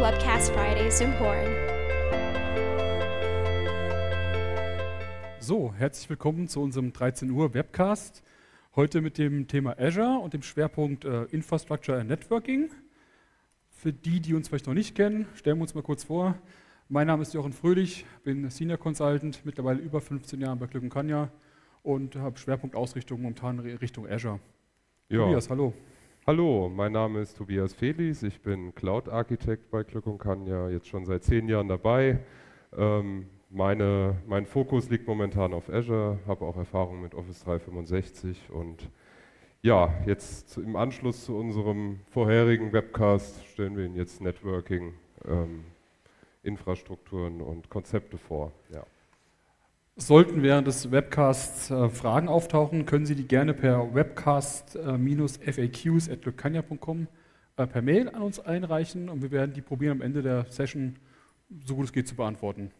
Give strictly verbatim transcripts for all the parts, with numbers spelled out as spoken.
Webcast Fridays in Horn. So, herzlich willkommen zu unserem dreizehn Uhr Webcast. Heute mit dem Thema Azure und dem Schwerpunkt äh, Infrastructure and Networking. Für die, die uns vielleicht noch nicht kennen, stellen wir uns mal kurz vor. Mein Name ist Jochen Fröhlich, bin Senior Consultant, mittlerweile über fünfzehn Jahre bei Glück und Kanja und habe Schwerpunktausrichtung momentan Richtung Azure. Ja. Tobias, hallo. Hallo, mein Name ist Tobias Felis, ich bin Cloud-Architekt bei Glück und Kanja, jetzt schon seit zehn Jahren dabei. Ähm, meine, mein Fokus liegt momentan auf Azure, habe auch Erfahrung mit Office dreihundertfünfundsechzig und ja, jetzt im Anschluss zu unserem vorherigen Webcast stellen wir Ihnen jetzt Networking, ähm, Infrastrukturen und Konzepte vor. Ja. Sollten während des Webcasts äh, Fragen auftauchen, können Sie die gerne per webcast F A Qs at glückkanja punkt com äh, per Mail an uns einreichen und wir werden die probieren am Ende der Session, so gut es geht, zu beantworten.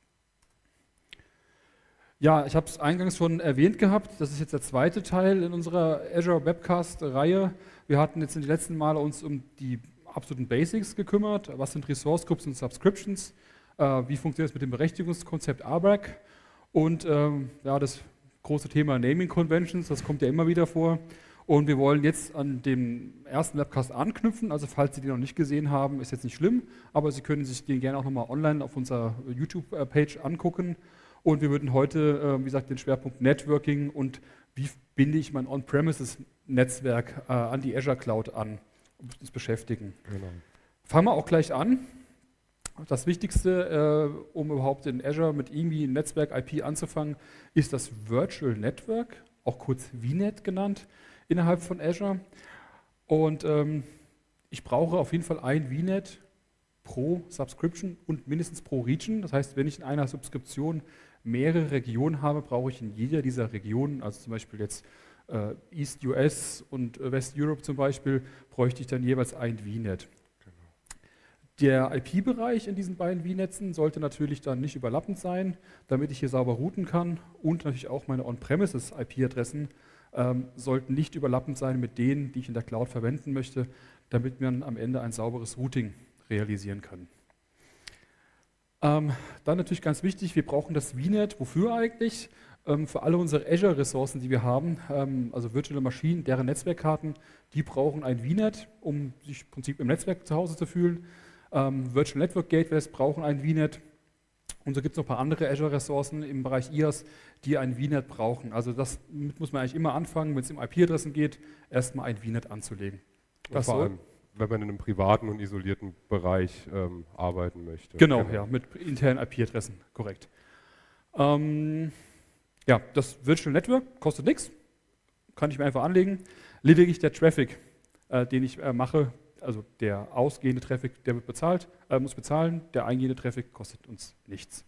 Ja, ich habe es eingangs schon erwähnt gehabt, das ist jetzt der zweite Teil in unserer Azure Webcast-Reihe. Wir hatten jetzt in den letzten Male uns um die absoluten Basics gekümmert. Was sind Resource Groups und Subscriptions? Äh, wie funktioniert es mit dem Berechtigungskonzept A B R A C? Und ähm, ja, das große Thema Naming Conventions, das kommt ja immer wieder vor. Und wir wollen jetzt an dem ersten Webcast anknüpfen. Also falls Sie den noch nicht gesehen haben, ist jetzt nicht schlimm, aber Sie können sich den gerne auch nochmal online auf unserer YouTube-Page angucken. Und wir würden heute, äh, wie gesagt, den Schwerpunkt Networking und wie binde ich mein On-Premises-Netzwerk äh, an die Azure Cloud an, uns beschäftigen. Genau. Fangen wir auch gleich an. Das Wichtigste, äh, um überhaupt in Azure mit irgendwie ein Netzwerk-I P anzufangen, ist das Virtual Network, auch kurz V NET genannt, innerhalb von Azure. Und ähm, ich brauche auf jeden Fall ein V NET pro Subscription und mindestens pro Region. Das heißt, wenn ich in einer Subskription mehrere Regionen habe, brauche ich in jeder dieser Regionen, also zum Beispiel jetzt äh, East U S und äh, West Europe zum Beispiel, bräuchte ich dann jeweils ein V NET. Genau. Der I P-Bereich in diesen beiden V NETsen sollte natürlich dann nicht überlappend sein, damit ich hier sauber routen kann, und natürlich auch meine On-Premises-I P-Adressen ähm, sollten nicht überlappend sein mit denen, die ich in der Cloud verwenden möchte, damit man am Ende ein sauberes Routing realisieren kann. Ähm, dann natürlich ganz wichtig, wir brauchen das V NET. Wofür eigentlich? Ähm, für alle unsere Azure-Ressourcen, die wir haben, ähm, also virtuelle Maschinen, deren Netzwerkkarten, die brauchen ein V NET, um sich im Prinzip im Netzwerk zu Hause zu fühlen. Ähm, Virtual Network Gateways brauchen ein V NET. Und so gibt es noch ein paar andere Azure-Ressourcen im Bereich I A S, die ein V NET brauchen. Also das muss man eigentlich immer anfangen, wenn es um I P-Adressen geht, erstmal ein V NET anzulegen. Das vor allem, wenn man in einem privaten und isolierten Bereich ähm, arbeiten möchte. Genau, genau, ja, mit internen I P-Adressen, korrekt. Ähm, ja, das Virtual Network kostet nichts, kann ich mir einfach anlegen. Lediglich der Traffic, äh, den ich äh, mache, also der ausgehende Traffic, der wird bezahlt, äh, muss bezahlen, der eingehende Traffic kostet uns nichts.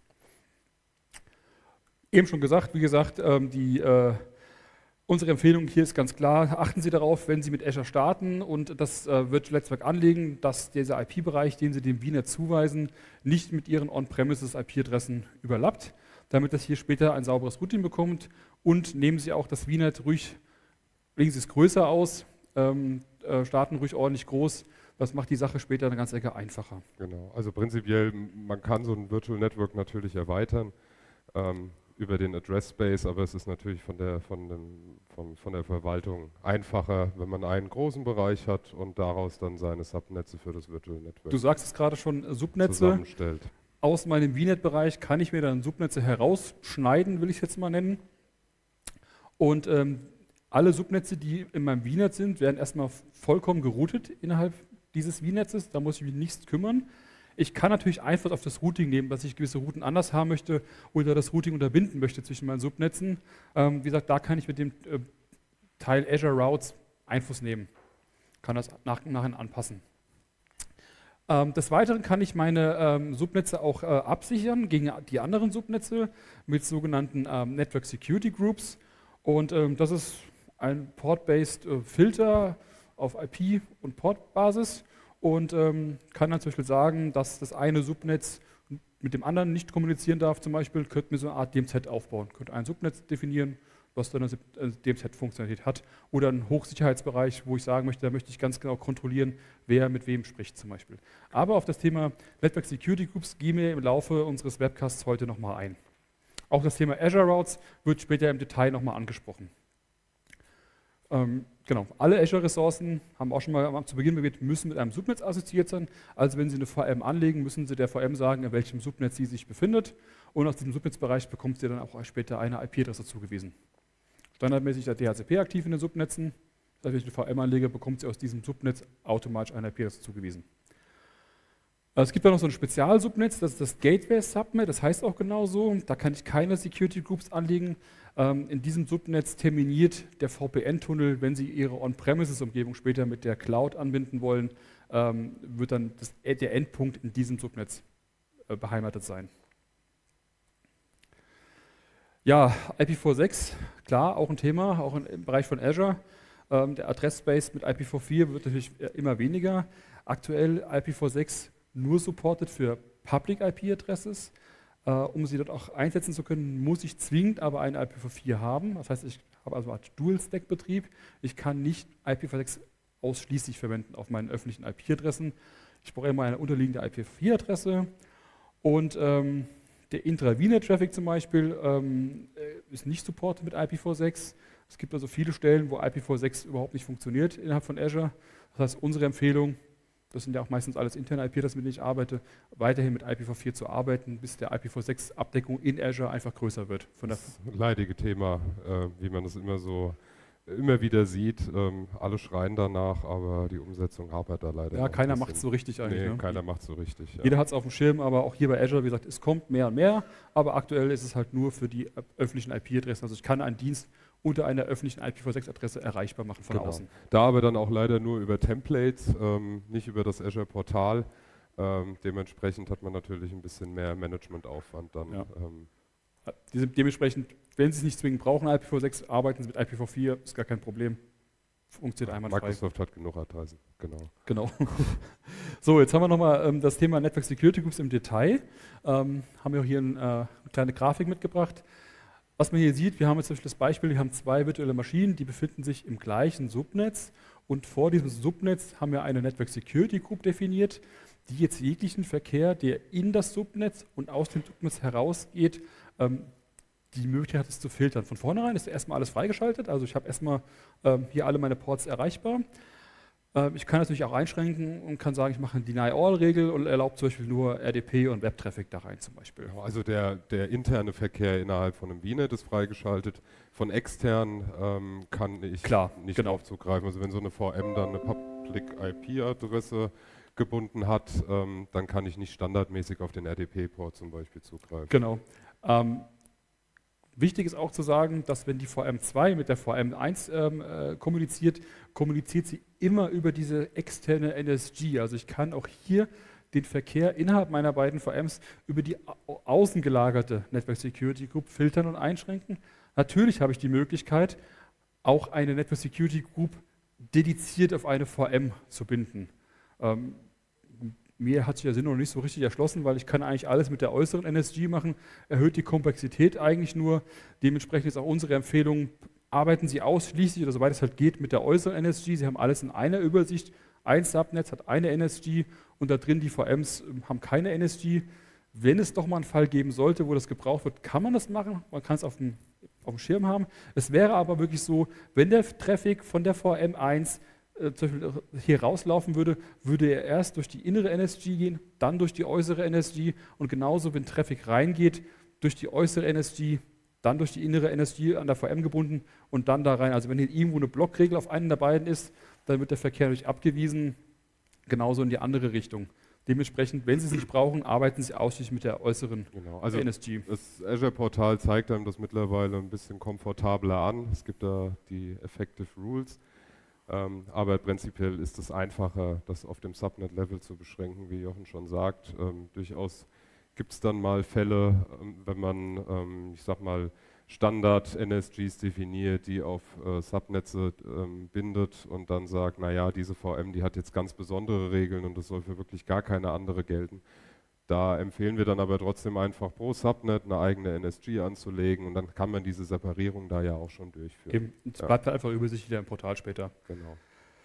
Eben schon gesagt, wie gesagt, ähm, die äh, unsere Empfehlung hier ist ganz klar, achten Sie darauf, wenn Sie mit Azure starten und das äh, Virtual Netzwerk anlegen, dass dieser I P-Bereich, den Sie dem V NET zuweisen, nicht mit Ihren On-Premises-I P-Adressen überlappt, damit das hier später ein sauberes Routing bekommt, und nehmen Sie auch das V NET ruhig, legen Sie es größer aus, ähm, äh, starten ruhig ordentlich groß, das macht die Sache später eine ganze Ecke einfacher. Genau, also prinzipiell, man kann so ein Virtual Network natürlich erweitern, ähm, über den Address Space, aber es ist natürlich von der, von, dem, von, von der Verwaltung einfacher, wenn man einen großen Bereich hat und daraus dann seine Subnetze für das Virtual Network Du sagst es gerade schon, Subnetze zusammenstellt. Aus meinem V NET-Bereich kann ich mir dann Subnetze herausschneiden, will ich es jetzt mal nennen. Und ähm, alle Subnetze, die in meinem V NET sind, werden erstmal vollkommen geroutet innerhalb dieses V NETs. Da muss ich mich nichts kümmern. Ich kann natürlich Einfluss auf das Routing nehmen, dass ich gewisse Routen anders haben möchte oder das Routing unterbinden möchte zwischen meinen Subnetzen. Ähm, wie gesagt, da kann ich mit dem äh, Teil Azure Routes Einfluss nehmen. Kann das nach, nachher anpassen. Ähm, des Weiteren kann ich meine ähm, Subnetze auch äh, absichern gegen die anderen Subnetze mit sogenannten ähm, Network Security Groups. Und ähm, das ist ein Port-based äh, Filter auf I P- und Port-Basis. Und ähm, kann dann zum Beispiel sagen, dass das eine Subnetz mit dem anderen nicht kommunizieren darf. Zum Beispiel könnte mir so eine Art D M Z aufbauen. Könnte ein Subnetz definieren, was dann in dem Set Funktionalität hat. Oder ein Hochsicherheitsbereich, wo ich sagen möchte, da möchte ich ganz genau kontrollieren, wer mit wem spricht zum Beispiel. Aber auf das Thema Network Security Groups gehen wir im Laufe unseres Webcasts heute nochmal ein. Auch das Thema Azure Routes wird später im Detail nochmal angesprochen. Ähm, genau, alle Azure-Ressourcen, haben wir auch schon mal zu Beginn erwähnt, müssen mit einem Subnetz assoziiert sein. Also wenn Sie eine V M anlegen, müssen Sie der V M sagen, in welchem Subnetz sie sich befindet. Und aus diesem Subnetzbereich bekommt sie dann auch später eine I P-Adresse zugewiesen. Standardmäßig ist der D H C P aktiv in den Subnetzen. Das heißt, wenn ich eine V M anlege, bekommt sie aus diesem Subnetz automatisch eine I P-Adresse zugewiesen. Es gibt auch noch so ein Spezialsubnetz, das ist das Gateway Subnet, das heißt auch genauso. Da kann ich keine Security Groups anlegen. In diesem Subnetz terminiert der V P N-Tunnel, wenn Sie Ihre On-Premises-Umgebung später mit der Cloud anbinden wollen, wird dann das, der Endpunkt in diesem Subnetz beheimatet sein. Ja, I P v sechs, klar, auch ein Thema, auch im Bereich von Azure. Der Adressspace mit I P v vier wird natürlich immer weniger. Aktuell I P v sechs nur supported für Public I P-Addresses. Uh, um sie dort auch einsetzen zu können, muss ich zwingend aber eine I P v vier haben. Das heißt, ich habe also einen Dual-Stack-Betrieb. Ich kann nicht I P v sechs ausschließlich verwenden auf meinen öffentlichen I P-Adressen. Ich brauche immer eine unterliegende I P v vier-Adresse. Und ähm, der Intra-V Net-Traffic zum Beispiel ähm, ist nicht supported mit I P v sechs. Es gibt also viele Stellen, wo I P v sechs überhaupt nicht funktioniert innerhalb von Azure. Das heißt, unsere Empfehlung, das sind ja auch meistens alles interne I P-Adressen, mit denen ich arbeite, weiterhin mit I P v vier zu arbeiten, bis der I P v sechs-Abdeckung in Azure einfach größer wird. Von der das leidige Thema, äh, wie man das immer so immer wieder sieht. Ähm, alle schreien danach, aber die Umsetzung hapert da leider. Ja, keiner macht es so richtig eigentlich. Nee, ne? keiner macht es so richtig. Ja. Jeder hat es auf dem Schirm, aber auch hier bei Azure, wie gesagt, es kommt mehr und mehr, aber aktuell ist es halt nur für die öffentlichen I P-Adressen. Also ich kann einen Dienst unter einer öffentlichen I P v sechs-Adresse erreichbar machen von genau. außen. Da aber dann auch leider nur über Templates, ähm, nicht über das Azure-Portal. Ähm, dementsprechend hat man natürlich ein bisschen mehr Managementaufwand dann. Ja. Ähm. Diese, dementsprechend, wenn Sie es nicht zwingend brauchen, I P v sechs, arbeiten Sie mit I P v vier, ist gar kein Problem. Funktioniert einwandfrei. Microsoft hat genug Adressen, genau. Genau. So, jetzt haben wir nochmal ähm, das Thema Network Security Groups im Detail. Ähm, haben wir auch hier ein, äh, eine kleine Grafik mitgebracht. Was man hier sieht, wir haben jetzt zum Beispiel das Beispiel, wir haben zwei virtuelle Maschinen, die befinden sich im gleichen Subnetz und vor diesem Subnetz haben wir eine Network Security Group definiert, die jetzt jeglichen Verkehr, der in das Subnetz und aus dem Subnetz herausgeht, ähm, die Möglichkeit hat, es zu filtern. Von vornherein ist erstmal alles freigeschaltet, also ich habe erstmal ähm, hier alle meine Ports erreichbar. Ähm, ich kann natürlich auch einschränken und kann sagen, ich mache eine Deny-All-Regel und erlaube zum Beispiel nur R D P und Web-Traffic da rein zum Beispiel. Also der, der interne Verkehr innerhalb von einem V NET ist freigeschaltet, von extern ähm, kann ich Klar, nicht genau. drauf zugreifen. Also wenn so eine V M dann eine Public I P-Adresse gebunden hat, ähm, dann kann ich nicht standardmäßig auf den R D P-Port zum Beispiel zugreifen. Genau. Ähm, wichtig ist auch zu sagen, dass wenn die V M zwei mit der V M eins ähm, äh, kommuniziert, kommuniziert sie immer über diese externe N S G. Also ich kann auch hier den Verkehr innerhalb meiner beiden V Ms über die au außen gelagerte Network Security Group filtern und einschränken. Natürlich habe ich die Möglichkeit, auch eine Network Security Group dediziert auf eine V M zu binden. Ähm, Mir hat sich der Sinn noch nicht so richtig erschlossen, weil ich kann eigentlich alles mit der äußeren N S G machen, erhöht die Komplexität eigentlich nur. Dementsprechend ist auch unsere Empfehlung, arbeiten Sie ausschließlich oder soweit es halt geht mit der äußeren N S G. Sie haben alles in einer Übersicht. Ein Subnetz hat eine N S G und da drin die V Ms haben keine N S G. Wenn es doch mal einen Fall geben sollte, wo das gebraucht wird, kann man das machen. Man kann es auf dem, auf dem Schirm haben. Es wäre aber wirklich so, wenn der Traffic von der V M eins äh, zum Beispiel hier rauslaufen würde, würde er erst durch die innere N S G gehen, dann durch die äußere N S G und genauso, wenn Traffic reingeht, durch die äußere N S G, dann durch die innere N S G an der V M gebunden und dann da rein. Also wenn hier irgendwo eine Blockregel auf einen der beiden ist, dann wird der Verkehr durch abgewiesen, genauso in die andere Richtung. Dementsprechend, wenn Sie es nicht brauchen, arbeiten Sie ausschließlich mit der äußeren genau. Also N S G. Das Azure-Portal zeigt einem das mittlerweile ein bisschen komfortabler an. Es gibt da die Effective Rules, ähm, aber prinzipiell ist es einfacher, das auf dem Subnet-Level zu beschränken, wie Jochen schon sagt. Ähm, durchaus gibt es dann mal Fälle, ähm, wenn man, ähm, ich sag mal, Standard-N S Gs definiert, die auf äh, Subnetze ähm, bindet und dann sagt, naja, diese V M, die hat jetzt ganz besondere Regeln und das soll für wirklich gar keine andere gelten. Da empfehlen wir dann aber trotzdem einfach pro Subnet eine eigene N S G anzulegen und dann kann man diese Separierung da ja auch schon durchführen. Eben, es Ja. bleibt halt einfach übersichtlicher im Portal später. Genau.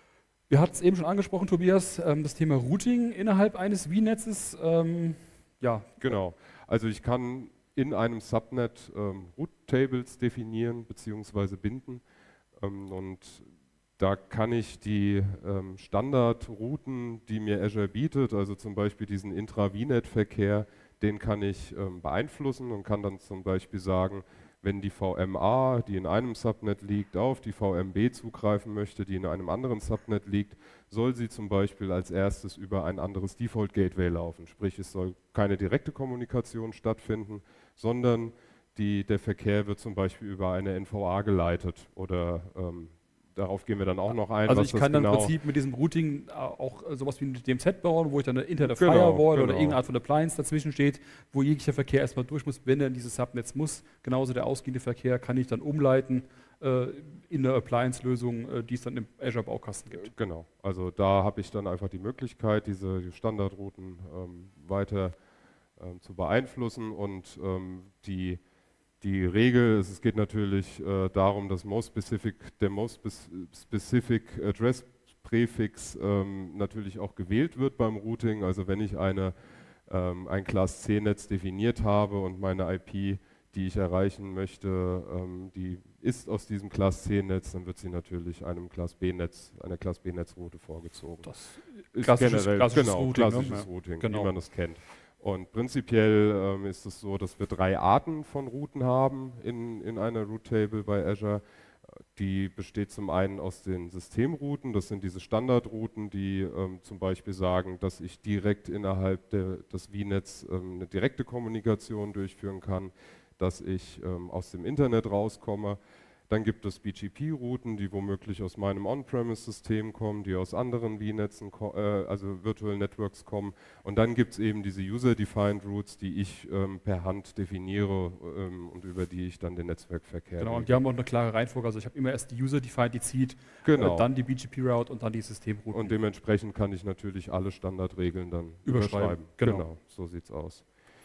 Wir hatten es eben schon angesprochen, Tobias, ähm, das Thema Routing innerhalb eines V NETs. Ähm, ja. Genau. Also ich kann in einem Subnet ähm, Route Tables definieren bzw. binden ähm, und da kann ich die ähm, Standardrouten, die mir Azure bietet, also zum Beispiel diesen Intra-V NET-Verkehr, den kann ich ähm, beeinflussen und kann dann zum Beispiel sagen, wenn die V M A, die in einem Subnet liegt, auf die V M B zugreifen möchte, die in einem anderen Subnet liegt, soll sie zum Beispiel als erstes über ein anderes Default Gateway laufen. Sprich, es soll keine direkte Kommunikation stattfinden, sondern die, der Verkehr wird zum Beispiel über eine N V A geleitet oder ähm, darauf gehen wir dann auch noch ein. Also was ich das kann dann im genau Prinzip mit diesem Routing äh, auch äh, sowas wie ein D M Z bauen, wo ich dann eine interne Genau, Firewall oder genau. irgendeine Art von Appliance dazwischen steht, wo jeglicher Verkehr erstmal durch muss, wenn er in dieses Subnetz muss. Genauso der ausgehende Verkehr kann ich dann umleiten äh, in eine Appliance-Lösung, äh, die es dann im Azure-Baukasten gibt. Genau, also da habe ich dann einfach die Möglichkeit, diese die Standardrouten ähm, weiter ähm, zu beeinflussen und ähm, die Die Regel, es geht natürlich äh, darum, dass most specific, der Most Specific Address Präfix ähm, natürlich auch gewählt wird beim Routing. Also wenn ich eine, ähm, ein Class C Netz definiert habe und meine I P, die ich erreichen möchte, ähm, die ist aus diesem Class C Netz, dann wird sie natürlich einem Class B Netz, einer Class B Netzroute vorgezogen. Das ist klassisches, generell, klassisches genau, Routing, klassisches ne? Routing, Genau. wie man das kennt. Und prinzipiell ähm, ist es so, dass wir drei Arten von Routen haben in, in einer Route Table bei Azure. Die besteht zum einen aus den Systemrouten, das sind diese Standardrouten, die ähm, zum Beispiel sagen, dass ich direkt innerhalb der, des V NETs ähm, eine direkte Kommunikation durchführen kann, dass ich ähm, aus dem Internet rauskomme. Dann gibt es B G P-Routen, die womöglich aus meinem On-Premise-System kommen, die aus anderen V NETsen, äh, also Virtual Networks kommen. Und dann gibt es eben diese User-Defined Routes, die ich ähm, per Hand definiere ähm, und über die ich dann den Netzwerkverkehr Genau, lege. und die haben auch eine klare Reihenfolge. Also ich habe immer erst die User-Defined, die zieht, Genau. äh, dann die B G P-Route und dann die Systemrouten. Und dementsprechend kann ich natürlich alle Standardregeln dann Überschreiben. überschreiben. Genau. Genau, so sieht's aus.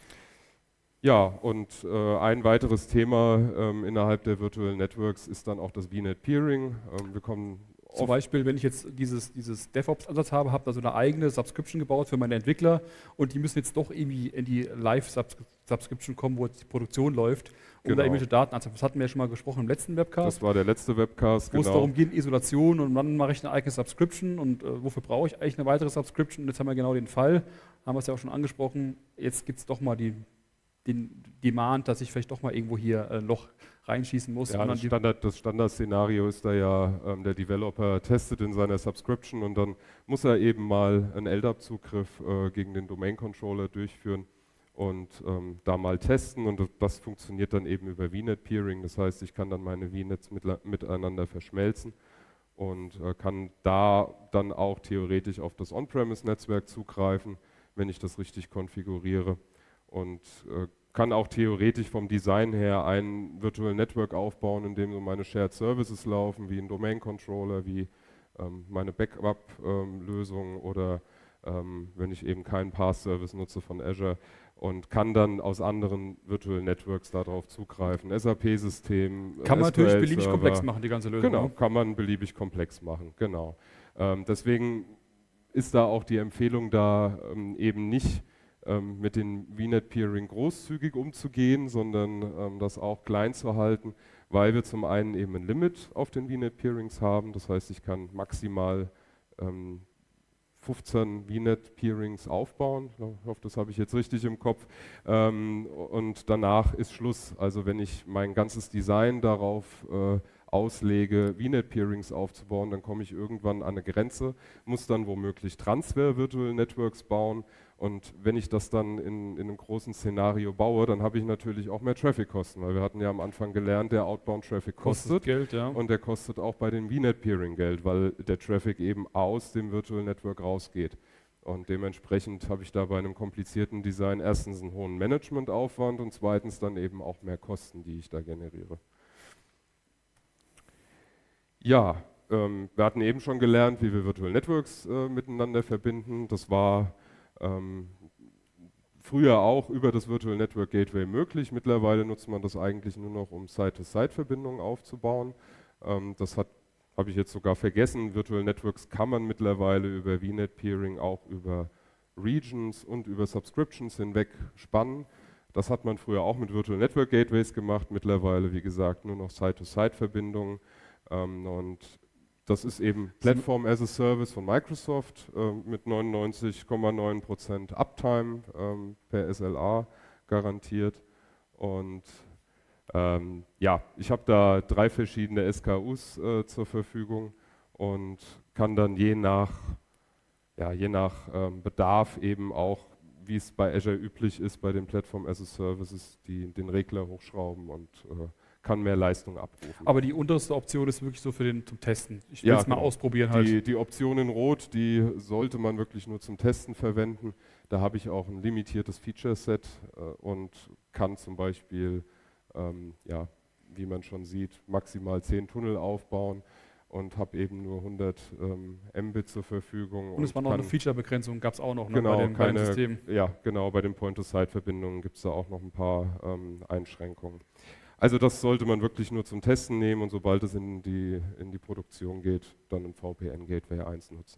Ja, und äh, ein weiteres Thema ähm, innerhalb der Virtual Networks ist dann auch das V NET Peering. Ähm, wir kommen Zum Beispiel, wenn ich jetzt dieses, dieses DevOps-Ansatz habe, habe da so eine eigene Subscription gebaut für meine Entwickler und die müssen jetzt doch irgendwie in die Live-Subscription kommen, wo jetzt die Produktion läuft, um Genau. da irgendwelche Daten anzufangen. Das hatten wir ja schon mal gesprochen im letzten Webcast, Das war der letzte Webcast, wo es genau. darum geht, Isolation und wann mache ich eine eigene Subscription und äh, wofür brauche ich eigentlich eine weitere Subscription. Und jetzt haben wir genau den Fall, haben wir es ja auch schon angesprochen, jetzt gibt es doch mal die, den Demand, dass ich vielleicht doch mal irgendwo hier ein Loch reinschießen muss. Ja, und dann das, die Standard, das Standardszenario ist da ja, ähm, der Developer testet in seiner Subscription und dann muss er eben mal einen L D A P-Zugriff äh, gegen den Domain-Controller durchführen und ähm, da mal testen und das, das funktioniert dann eben über V NET Peering. Das heißt, ich kann dann meine V NETs mit, miteinander verschmelzen und äh, kann da dann auch theoretisch auf das On-Premise-Netzwerk zugreifen, wenn ich das richtig konfiguriere. Und äh, kann auch theoretisch vom Design her ein Virtual Network aufbauen, in dem so meine Shared Services laufen, wie ein Domain Controller, wie ähm, meine Backup-Lösung ähm, oder ähm, wenn ich eben keinen Pass-Service nutze von Azure und kann dann aus anderen Virtual Networks darauf zugreifen. S A P-System, kann man natürlich beliebig Server. komplex machen, die ganze Lösung. Genau, ne? kann man beliebig komplex machen, genau. Ähm, deswegen ist da auch die Empfehlung da ähm, eben nicht ähm, mit dem V NET Peering großzügig umzugehen, sondern ähm, das auch klein zu halten, weil wir zum einen eben ein Limit auf den V NET Peerings haben. Das heißt, ich kann maximal ähm, fünfzehn V NET Peerings aufbauen. Ich hoffe, das habe ich jetzt richtig im Kopf. Ähm, und danach ist Schluss. Also wenn ich mein ganzes Design darauf äh, auslege, V NET Peerings aufzubauen, dann komme ich irgendwann an eine Grenze, muss dann womöglich Transfer Virtual Networks bauen. Und wenn ich das dann in, in einem großen Szenario baue, dann habe ich natürlich auch mehr Traffic-Kosten, weil wir hatten ja am Anfang gelernt, der Outbound-Traffic kostet, Kostet Geld, ja. und der kostet auch bei den V NET Peering Geld, weil der Traffic eben aus dem Virtual Network rausgeht. Und dementsprechend habe ich da bei einem komplizierten Design erstens einen hohen Managementaufwand und zweitens dann eben auch mehr Kosten, die ich da generiere. Ja, ähm, wir hatten eben schon gelernt, wie wir Virtual Networks äh, miteinander verbinden. Das war ähm, früher auch über das Virtual Network Gateway möglich. Mittlerweile nutzt man das eigentlich nur noch, um Side-to-Side-Verbindungen aufzubauen. Ähm, das hat habe ich jetzt sogar vergessen. Virtual Networks kann man mittlerweile über V NET Peering auch über Regions und über Subscriptions hinweg spannen. Das hat man früher auch mit Virtual Network Gateways gemacht. Mittlerweile, wie gesagt, nur noch Side-to-Side-Verbindungen. Ähm, und das ist eben Platform as a Service von Microsoft äh, mit neunundneunzig Komma neun Prozent Uptime ähm, per S L A garantiert. Und ähm, ja, ich habe da drei verschiedene S K Us äh, zur Verfügung und kann dann je nach, ja, je nach ähm, Bedarf eben auch, wie es bei Azure üblich ist, bei den Platform as a Services, die, den Regler hochschrauben und äh, kann mehr Leistung abrufen. Aber die unterste Option ist wirklich so für den zum Testen. Ich will Ja, es mal genau. ausprobieren halt. Die, die Option in Rot, die sollte man wirklich nur zum Testen verwenden. Da habe ich auch ein limitiertes Feature-Set äh, und kann zum Beispiel, ähm, ja, wie man schon sieht, maximal zehn Tunnel aufbauen und habe eben nur hundert ähm, Mbit zur Verfügung. Und es war noch eine Feature-Begrenzung, gab es auch noch ne, genau, bei den keine, beiden Systemen. Ja, genau, bei den Point-to-Site-Verbindungen gibt es da auch noch ein paar ähm, Einschränkungen. Also das sollte man wirklich nur zum Testen nehmen und sobald es in die, in die Produktion geht, dann ein V P N Gateway eins nutzen.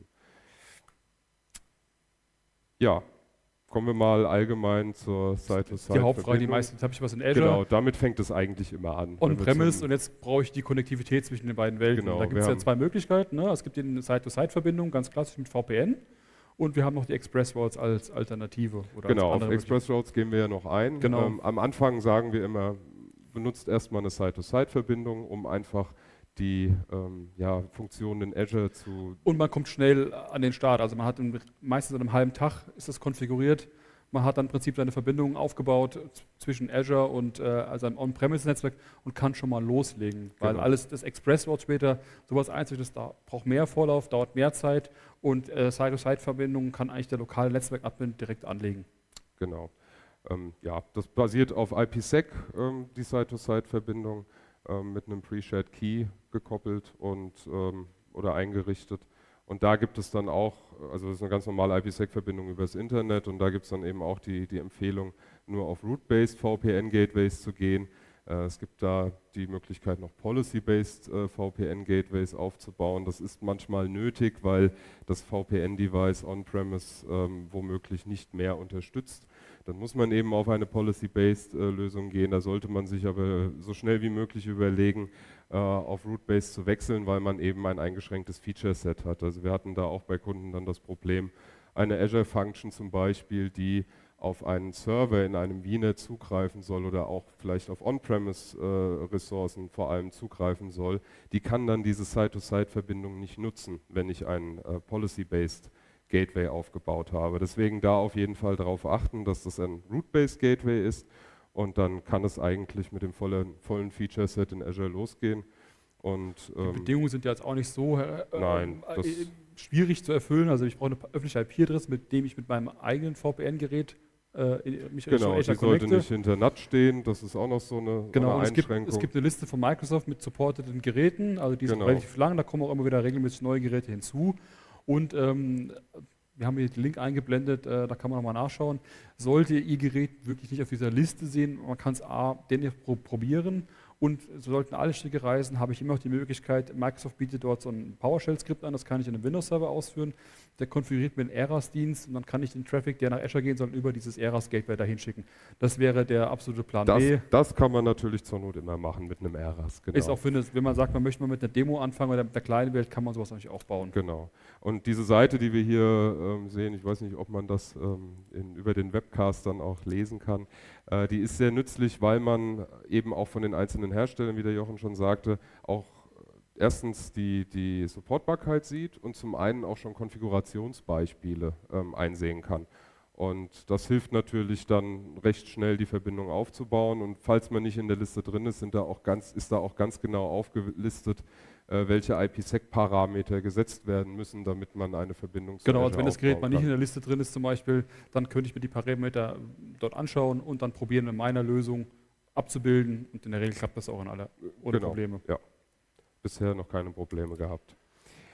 Ja, kommen wir mal allgemein zur Side-to-Side. Die Hauptfrage, die meisten, habe ich was in Azure. Genau, damit fängt es eigentlich immer an. On-Premise und jetzt brauche ich die Konnektivität zwischen den beiden Welten. Genau, da gibt es ja zwei Möglichkeiten. Ne? Es gibt die Side-to-Side-Verbindung, ganz klassisch mit V P N. Und wir haben noch die Express Routes als Alternative. Oder genau, als auf Express Routes gehen wir ja noch ein. Genau. Ähm, am Anfang sagen wir immer, benutzt erstmal eine Side-to-Side-Verbindung, um einfach die ähm, ja, Funktionen in Azure zu... Und man kommt schnell an den Start. Also man hat im, meistens an einem halben Tag ist das konfiguriert. Man hat dann im Prinzip seine Verbindungen aufgebaut zwischen Azure und äh, seinem On-Premise-Netzwerk und kann schon mal loslegen. Weil Genau. alles, das Express-Route später, sowas Einziges, das braucht mehr Vorlauf, dauert mehr Zeit und äh, Side-to-Side-Verbindungen kann eigentlich der lokale Netzwerk-Admin direkt anlegen. Genau. Ähm, ja, das basiert auf IPsec, ähm, die Side-to-Side-Verbindung, ähm, mit einem Pre-Shared Key gekoppelt und ähm, oder eingerichtet. Und da gibt es dann auch, also das ist eine ganz normale IPsec-Verbindung übers Internet und da gibt es dann eben auch die, die Empfehlung, nur auf Route-Based V P N-Gateways zu gehen. Äh, es gibt da die Möglichkeit, noch Policy-Based äh, V P N-Gateways aufzubauen. Das ist manchmal nötig, weil das V P N-Device on-premise ähm, womöglich nicht mehr unterstützt. Dann muss man eben auf eine Policy-Based äh, Lösung gehen. Da sollte man sich aber so schnell wie möglich überlegen, äh, auf Route-Based zu wechseln, weil man eben ein eingeschränktes Feature-Set hat. Also wir hatten da auch bei Kunden dann das Problem, eine Azure-Function zum Beispiel, die auf einen Server in einem V NET zugreifen soll oder auch vielleicht auf On-Premise-Ressourcen äh, vor allem zugreifen soll, die kann dann diese Side-to-Side-Verbindung nicht nutzen, wenn ich ein äh, Policy-Based Gateway aufgebaut habe. Deswegen da auf jeden Fall darauf achten, dass das ein Route-Based Gateway ist und dann kann es eigentlich mit dem vollen, vollen Feature-Set in Azure losgehen. Und, ähm, die Bedingungen sind ja jetzt auch nicht so äh, nein, äh, das schwierig zu erfüllen. Also ich brauche eine öffentliche I P-Adresse, mit dem ich mit meinem eigenen V P N-Gerät äh, mich genau, Azure die sollte connecte. nicht hinter N A T stehen, das ist auch noch so eine, Genau, so eine und es gibt, Einschränkung. es gibt eine Liste von Microsoft mit supporteten Geräten, also die sind Genau. relativ lang, da kommen auch immer wieder regelmäßig neue Geräte hinzu. Und ähm, wir haben hier den Link eingeblendet, äh, da kann man nochmal nachschauen. Sollte Ihr Gerät wirklich nicht auf dieser Liste sehen, man kann es A, den pro probieren und sollten alle Strecke reisen, habe ich immer noch die Möglichkeit, Microsoft bietet dort so ein PowerShell-Skript an, das kann ich in einem Windows-Server ausführen. Der konfiguriert mir einen ERAS-Dienst und dann kann ich den Traffic, der nach Azure gehen soll, über dieses ERAS-Gateway dahin schicken. Das wäre der absolute Plan das, B. Das kann man natürlich zur Not immer machen mit einem ERAS. Genau. Ist auch für eine, wenn man sagt, man möchte mal mit einer Demo anfangen oder mit der kleinen Welt, kann man sowas natürlich auch bauen. Genau. Und diese Seite, die wir hier ähm, sehen, ich weiß nicht, ob man das ähm, in, über den Webcast dann auch lesen kann, äh, die ist sehr nützlich, weil man eben auch von den einzelnen Herstellern, wie der Jochen schon sagte, auch erstens die, die Supportbarkeit sieht und zum einen auch schon Konfigurationsbeispiele ähm, einsehen kann. Und das hilft natürlich dann recht schnell die Verbindung aufzubauen und falls man nicht in der Liste drin ist, sind da auch ganz, ist da auch ganz genau aufgelistet, äh, welche IPsec-Parameter gesetzt werden müssen, damit man eine Verbindung zu Genau, Azure also wenn das Gerät mal aufbauen nicht in kann. der Liste drin ist zum Beispiel, dann könnte ich mir die Parameter dort anschauen und dann probieren, in meiner Lösung abzubilden und in der Regel klappt das auch in aller ohne Genau, Probleme. ja. Bisher noch keine Probleme gehabt.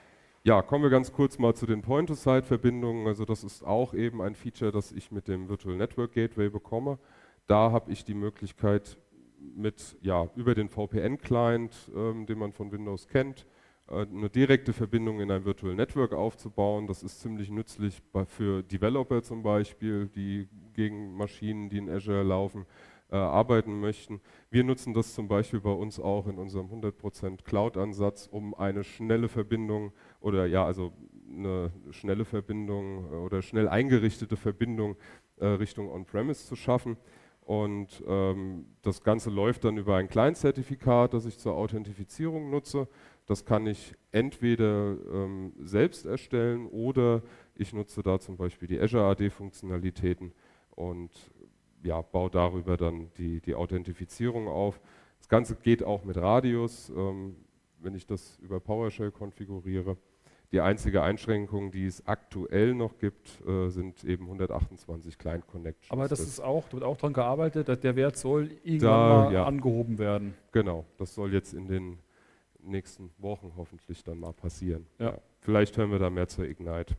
Ja, kommen wir ganz kurz mal zu den Point-to-Site-Verbindungen. Also das ist auch eben ein Feature, das ich mit dem Virtual Network Gateway bekomme. Da habe ich die Möglichkeit, mit, ja, über den V P N-Client, ähm, den man von Windows kennt, äh, eine direkte Verbindung in ein Virtual Network aufzubauen. Das ist ziemlich nützlich bei, für Developer zum Beispiel, die gegen Maschinen, die in Azure laufen, äh, arbeiten möchten. Wir nutzen das zum Beispiel bei uns auch in unserem hundert Prozent Cloud-Ansatz, um eine schnelle Verbindung oder ja, also eine schnelle Verbindung oder schnell eingerichtete Verbindung äh, Richtung On-Premise zu schaffen. Und ähm, das Ganze läuft dann über ein Client-Zertifikat, das ich zur Authentifizierung nutze. Das kann ich entweder ähm, selbst erstellen oder ich nutze da zum Beispiel die Azure A D-Funktionalitäten und ja, baue darüber dann die, die Authentifizierung auf. Das Ganze geht auch mit Radius, ähm, wenn ich das über PowerShell konfiguriere. Die einzige Einschränkung, die es aktuell noch gibt, äh, sind eben hundertachtundzwanzig Client Connections. Aber das ist auch, da wird auch daran gearbeitet, dass der Wert soll irgendwann Da, mal ja. angehoben werden. Genau, das soll jetzt in den nächsten Wochen hoffentlich dann mal passieren. Ja. Ja. Vielleicht hören wir da mehr zur Ignite.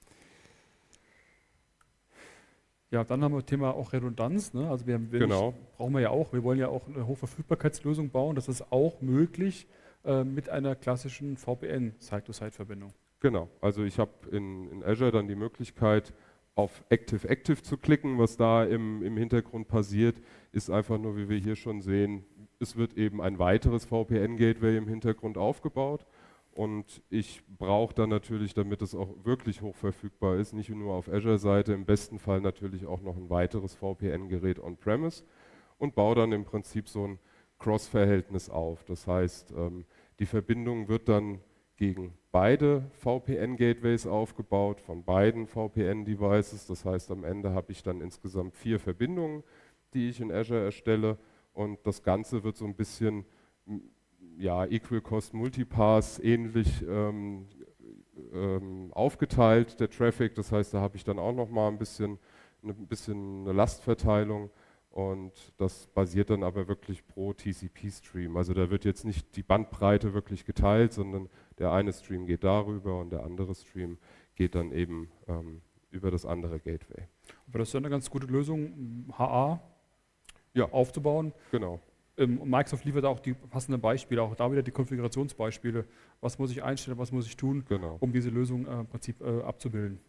Ja, dann haben wir das Thema auch Redundanz. Ne? Also wir wir Genau. nicht, brauchen wir ja auch, wir wollen ja auch eine Hochverfügbarkeitslösung bauen. Das ist auch möglich äh, mit einer klassischen V P N-Site-to-Site-Verbindung. Genau, also ich habe in, in Azure dann die Möglichkeit, auf Active Active zu klicken. Was da im, im Hintergrund passiert, ist einfach nur, wie wir hier schon sehen, es wird eben ein weiteres V P N-Gateway im Hintergrund aufgebaut. Und ich brauche dann natürlich, damit es auch wirklich hochverfügbar ist, nicht nur auf Azure-Seite, im besten Fall natürlich auch noch ein weiteres V P N-Gerät on-premise und baue dann im Prinzip so ein Cross-Verhältnis auf. Das heißt, ähm, die Verbindung wird dann gegen beide V P N-Gateways aufgebaut, von beiden V P N-Devices. Das heißt, am Ende habe ich dann insgesamt vier Verbindungen, die ich in Azure erstelle. Und das Ganze wird so ein bisschen ja, Equal Cost Multipass ähnlich ähm, ähm, aufgeteilt, der Traffic. Das heißt, da habe ich dann auch noch mal ein bisschen, eine, ein bisschen eine Lastverteilung. Und das basiert dann aber wirklich pro T C P-Stream. Also da wird jetzt nicht die Bandbreite wirklich geteilt, sondern der eine Stream geht darüber und der andere Stream geht dann eben ähm, über das andere Gateway. Aber das ist ja eine ganz gute Lösung, H A ja, aufzubauen. Genau. Ähm, Microsoft liefert auch die passenden Beispiele, auch da wieder die Konfigurationsbeispiele. Was muss ich einstellen, was muss ich tun, Genau. um diese Lösung äh, im Prinzip äh, abzubilden.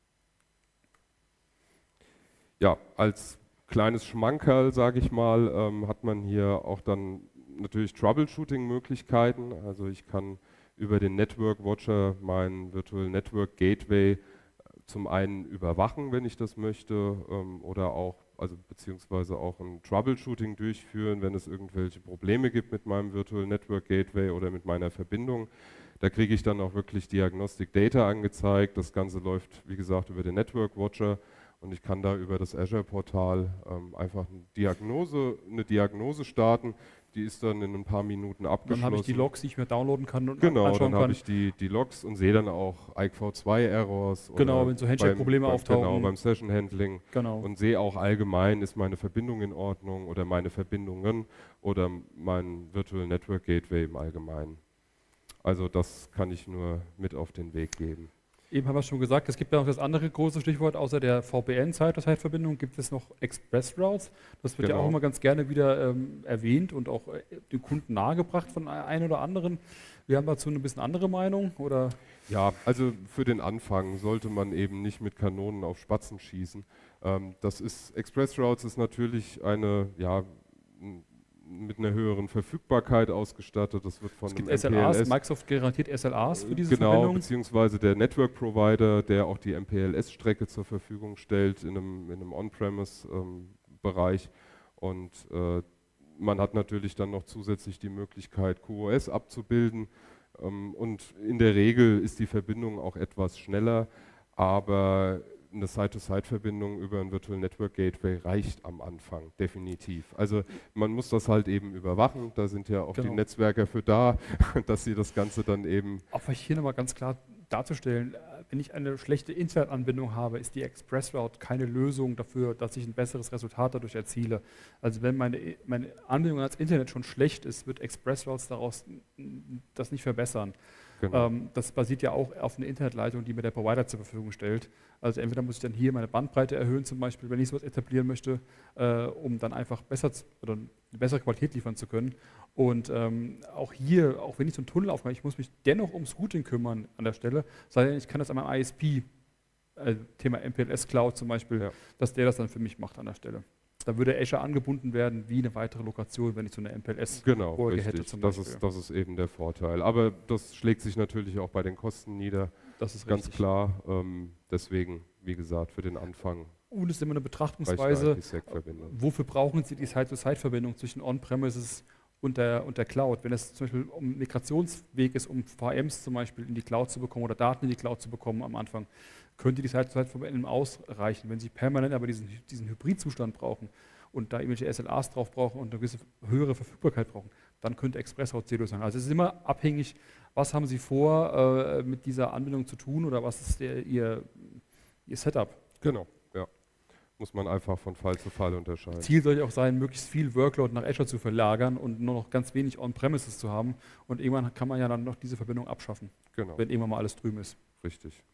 Ja, als kleines Schmankerl, sage ich mal, ähm, hat man hier auch dann natürlich Troubleshooting-Möglichkeiten. Also ich kann über den Network Watcher mein Virtual Network Gateway zum einen überwachen, wenn ich das möchte, ähm, oder auch, also beziehungsweise auch ein Troubleshooting durchführen, wenn es irgendwelche Probleme gibt mit meinem Virtual Network Gateway oder mit meiner Verbindung. Da kriege ich dann auch wirklich Diagnostic Data angezeigt. Das Ganze läuft, wie gesagt, über den Network Watcher. Und ich kann da über das Azure-Portal ähm, einfach eine Diagnose, eine Diagnose starten. Die ist dann in ein paar Minuten abgeschlossen. Dann habe ich die Logs, die ich mir downloaden kann und genau, anschauen dann habe kann. ich die, die Logs und sehe dann auch I Q V zwei Errors. Genau, wenn so Handshake-Probleme auftauchen. Genau, beim Session-Handling. Genau. Und sehe auch allgemein, ist meine Verbindung in Ordnung oder meine Verbindungen oder mein Virtual Network Gateway im Allgemeinen. Also das kann ich nur mit auf den Weg geben. Eben haben wir schon gesagt, es gibt ja noch das andere große Stichwort, außer der V P N-Site-to-Site-Verbindung gibt es noch Express-Routes. Das wird Genau. ja auch immer ganz gerne wieder ähm, erwähnt und auch äh, den Kunden nahegebracht von einem oder anderen. Wir haben dazu eine bisschen andere Meinung, oder? Ja, also für den Anfang sollte man eben nicht mit Kanonen auf Spatzen schießen. Ähm, das ist, Express Routes ist natürlich eine, ja, mit einer höheren Verfügbarkeit ausgestattet. Das wird von Es gibt einem S L As, M P L S Microsoft garantiert S L As für diese genau, Verbindung. beziehungsweise der Network Provider, der auch die M P L S-Strecke zur Verfügung stellt in einem, in einem On-Premise-Bereich. Und äh, man hat natürlich dann noch zusätzlich die Möglichkeit, Q o S abzubilden. Ähm, und in der Regel ist die Verbindung auch etwas schneller, aber eine Side-to-Side-Verbindung über ein Virtual Network Gateway reicht am Anfang, definitiv. Also man muss das halt eben überwachen, da sind ja auch Genau. die Netzwerker für da, dass sie das Ganze dann eben... Auch vielleicht hier nochmal ganz klar darzustellen, wenn ich eine schlechte Internetanbindung habe, ist die Express Route keine Lösung dafür, dass ich ein besseres Resultat dadurch erziele. Also wenn meine, meine Anbindung ans Internet schon schlecht ist, wird Express Routes daraus das nicht verbessern. Genau. Ähm, das basiert ja auch auf einer Internetleitung, die mir der Provider zur Verfügung stellt. Also entweder muss ich dann hier meine Bandbreite erhöhen, zum Beispiel, wenn ich sowas etablieren möchte, äh, um dann einfach besser zu, oder eine bessere Qualität liefern zu können. Und ähm, auch hier, auch wenn ich so einen Tunnel aufmache, ich muss mich dennoch ums Routing kümmern an der Stelle, sei denn ich kann das an meinem I S P, äh, Thema M P L S Cloud zum Beispiel, Ja. dass der das dann für mich macht an der Stelle. Da würde Azure angebunden werden wie eine weitere Lokation, wenn ich so eine M P L S-Folge Genau, hätte richtig. zum Das Beispiel. ist, das ist eben der Vorteil. Aber das schlägt sich natürlich auch bei den Kosten nieder, Das ist ganz richtig. klar. Ähm, deswegen, wie gesagt, für den Anfang Und es ist immer eine reicht Betrachtungsweise, eine I P sec-Verbindung. wofür brauchen Sie die Side-to-Side-Verbindung zwischen On-Premises und der, und der Cloud? Wenn es zum Beispiel um einen Migrationsweg ist, um V Ms zum Beispiel in die Cloud zu bekommen oder Daten in die Cloud zu bekommen am Anfang, könnte die Side-to-Side-Verbindung ausreichen. Wenn Sie permanent aber diesen, diesen Hybridzustand brauchen und da irgendwelche S L As drauf brauchen und eine gewisse höhere Verfügbarkeit brauchen, dann könnte Express-Route Zero sein. Also es ist immer abhängig, was haben Sie vor, äh, mit dieser Anbindung zu tun oder was ist der, Ihr, Ihr Setup. Genau, ja. Muss man einfach von Fall zu Fall unterscheiden. Ziel soll ja auch sein, möglichst viel Workload nach Azure zu verlagern und nur noch ganz wenig On-Premises zu haben. Und irgendwann kann man ja dann noch diese Verbindung abschaffen, Genau, wenn irgendwann mal alles drüben ist. richtig.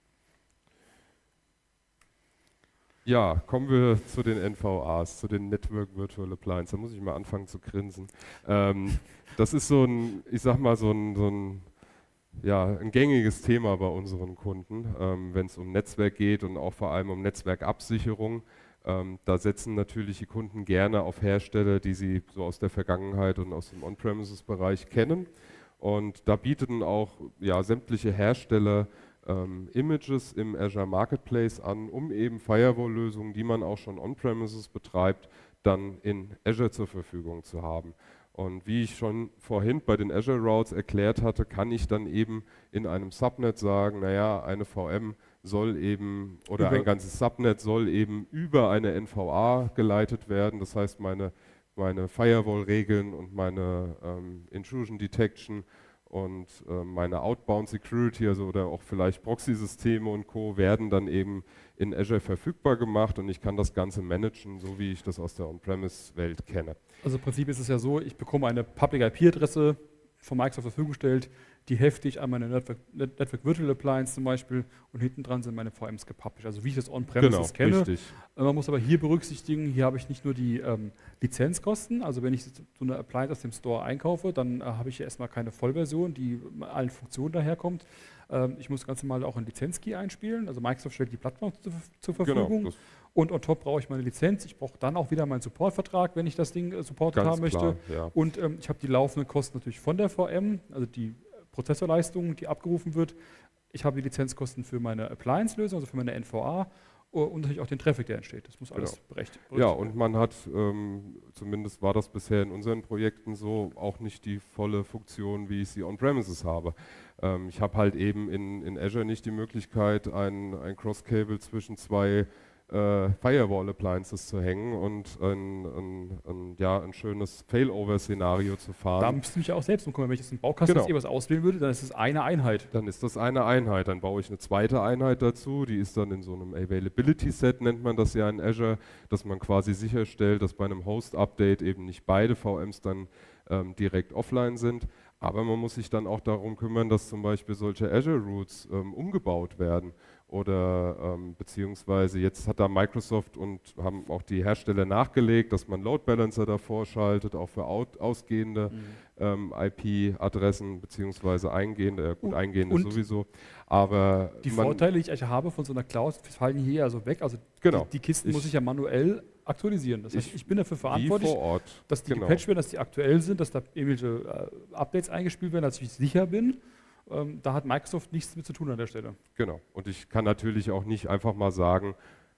Ja, kommen wir zu den N V As, zu den Network Virtual Appliances. Da muss ich mal anfangen zu grinsen. Ähm, das ist so ein, ich sag mal, so ein, so ein, ja, ein gängiges Thema bei unseren Kunden, ähm, wenn es um Netzwerk geht und auch vor allem um Netzwerkabsicherung. Ähm, da setzen natürlich die Kunden gerne auf Hersteller, die sie so aus der Vergangenheit und aus dem On-Premises-Bereich kennen. Und da bieten auch ja, sämtliche Hersteller ähm, Images im Azure Marketplace an, um eben Firewall-Lösungen, die man auch schon On-Premises betreibt, dann in Azure zur Verfügung zu haben. Und wie ich schon vorhin bei den Azure Routes erklärt hatte, kann ich dann eben in einem Subnet sagen, naja, eine V M soll eben, oder Über ein ganzes Subnet soll eben über eine N V A geleitet werden. Das heißt, meine, meine Firewall-Regeln und meine ähm, Intrusion Detection und äh, meine Outbound Security, also oder auch vielleicht Proxy-Systeme und Co. werden dann eben in Azure verfügbar gemacht und ich kann das Ganze managen, so wie ich das aus der On-Premise-Welt kenne. Also im Prinzip ist es ja so, ich bekomme eine Public I P-Adresse von Microsoft zur Verfügung gestellt, die hefte ich an meine Network, Network Virtual Appliance zum Beispiel und hinten dran sind meine V Ms gepublished, also wie ich das On-Premises Genau, kenne. richtig. Man muss aber hier berücksichtigen, hier habe ich nicht nur die ähm, Lizenzkosten, also wenn ich so eine Appliance aus dem Store einkaufe, dann äh, habe ich ja erstmal keine Vollversion, die mit allen Funktionen daherkommt. Ähm, ich muss ganz normal auch einen Lizenzkey einspielen, also Microsoft stellt die Plattform zu, zur Verfügung. Genau, das Und on top brauche ich meine Lizenz. Ich brauche dann auch wieder meinen Supportvertrag, wenn ich das Ding äh, supportet ganz haben möchte. klar, ja. Und ähm, ich habe die laufenden Kosten natürlich von der V M, also die Prozessorleistung, die abgerufen wird. Ich habe die Lizenzkosten für meine Appliance-Lösung, also für meine N V A uh, und natürlich auch den Traffic, der entsteht. Das muss alles Genau. berechtigt Ja, und man hat, ähm, zumindest war das bisher in unseren Projekten so, auch nicht die volle Funktion, wie ich sie on-premises habe. Ähm, ich habe halt eben in, in Azure nicht die Möglichkeit, ein, ein Cross-Cable zwischen zwei äh, Firewall-Appliances zu hängen und ein, ein, ein, ja, ein schönes Failover-Szenario zu fahren. Da müsste ich mich ja auch selbst drum kümmern. Wenn ich jetzt einen Baukasten Genau. jetzt etwas auswählen würde, dann ist es eine Einheit. Dann ist das eine Einheit. Dann baue ich eine zweite Einheit dazu, die ist dann in so einem Availability-Set, nennt man das ja in Azure, dass man quasi sicherstellt, dass bei einem Host-Update eben nicht beide V Ms dann ähm, direkt offline sind. Aber man muss sich dann auch darum kümmern, dass zum Beispiel solche Azure Routes ähm, umgebaut werden. Oder ähm, beziehungsweise jetzt hat da Microsoft und haben auch die Hersteller nachgelegt, dass man Load Balancer davor schaltet, auch für out, ausgehende Mhm. ähm, I P-Adressen beziehungsweise eingehende, äh, gut Und- eingehende und sowieso. Aber Die man, Vorteile, die ich eigentlich habe von so einer Cloud, fallen hier also weg. Also Genau. die, die Kisten Ich- muss ich ja manuell aktualisieren. Das heißt, Ich- ich bin dafür wie verantwortlich, vor Ort. dass die Genau. gepatcht werden, dass die aktuell sind, dass da irgendwelche äh, Updates eingespielt werden, dass ich sicher bin. Ähm, da hat Microsoft nichts mit zu tun an der Stelle. Genau. Und ich kann natürlich auch nicht einfach mal sagen,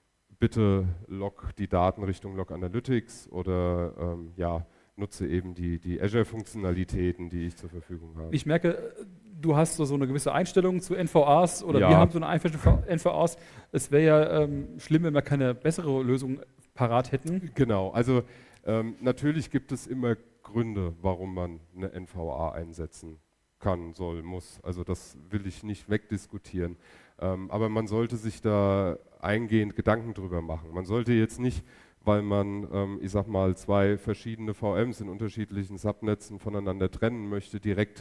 bitte log die Daten Richtung Log Analytics oder ähm, ja, nutze eben die, die Azure-Funktionalitäten, die ich zur Verfügung habe. Ich merke, äh, du hast so, so eine gewisse Einstellung zu N V As oder Ja. wir haben so eine Einstellung zu N V As. Es wäre ja ähm, schlimm, wenn wir keine bessere Lösung parat hätten. Genau, also ähm, natürlich gibt es immer Gründe, warum man eine N V A einsetzen kann, soll, muss. Also das will ich nicht wegdiskutieren. Ähm, aber man sollte sich da eingehend Gedanken drüber machen. Man sollte jetzt nicht, weil man, ähm, ich sag mal, zwei verschiedene V Ms in unterschiedlichen Subnetzen voneinander trennen möchte, direkt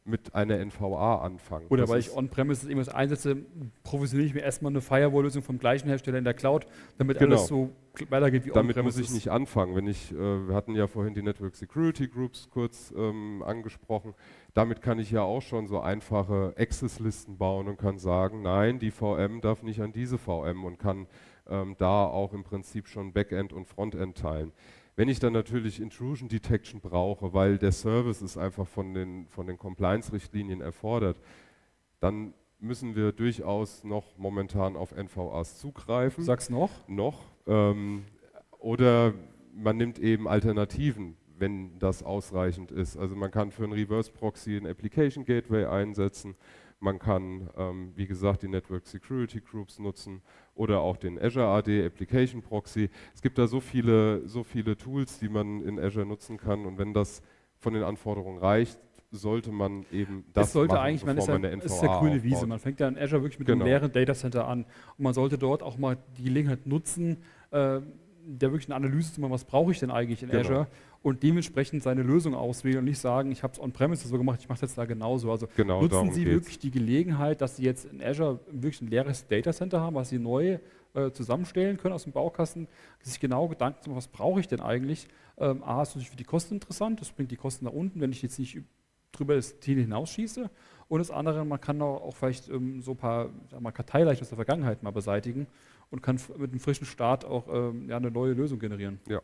mit einer N V A anfangen. Oder das weil ich ist, on-premise irgendwas einsetze, provisioniere ich mir erstmal eine Firewall-Lösung vom gleichen Hersteller in der Cloud, damit Genau. alles so weitergeht wie damit on-premise. muss ich nicht anfangen. Wenn ich, äh, wir hatten ja vorhin die Network Security Groups kurz ähm, angesprochen. Damit kann ich ja auch schon so einfache Access-Listen bauen und kann sagen, nein, die V M darf nicht an diese V M und kann ähm, da auch im Prinzip schon Backend und Frontend teilen. Wenn ich dann natürlich Intrusion Detection brauche, weil der Service es einfach von den, von den Compliance-Richtlinien erfordert, dann müssen wir durchaus noch momentan auf N V As zugreifen. Du sagst noch? Noch. Ähm, oder man nimmt eben Alternativen, wenn das ausreichend ist. Also man kann für einen Reverse Proxy ein Application Gateway einsetzen. Man kann, ähm, wie gesagt, die Network Security Groups nutzen oder auch den Azure A D Application Proxy. Es gibt da so viele, so viele Tools, die man in Azure nutzen kann. Und wenn das von den Anforderungen reicht, sollte man eben das es sollte machen, eigentlich, man bevor ist, man ja, eine N es V A ist ja grüne aufbaut. Wiese. Man fängt ja in Azure wirklich mit Genau. einem leeren Datacenter an. Und man sollte dort auch mal die Gelegenheit nutzen, äh, der wirklich eine Analyse zu machen, was brauche ich denn eigentlich in Genau. Azure und dementsprechend seine Lösung auswählen und nicht sagen, ich habe es on-premise so gemacht, ich mache es jetzt da genauso. Also Genau, nutzen darum Sie geht's. wirklich die Gelegenheit, dass Sie jetzt in Azure wirklich ein leeres Datacenter haben, was Sie neu äh, zusammenstellen können aus dem Baukasten, sich genau Gedanken zu machen, was brauche ich denn eigentlich. Ähm, A, ist natürlich für die Kosten interessant, das bringt die Kosten nach unten, wenn ich jetzt nicht drüber das Ziel hinausschieße. Und das andere, man kann auch, auch vielleicht ähm, so ein paar sag mal, Karteileichen aus der Vergangenheit mal beseitigen und kann mit einem frischen Start auch ähm, ja, eine neue Lösung generieren. Ja.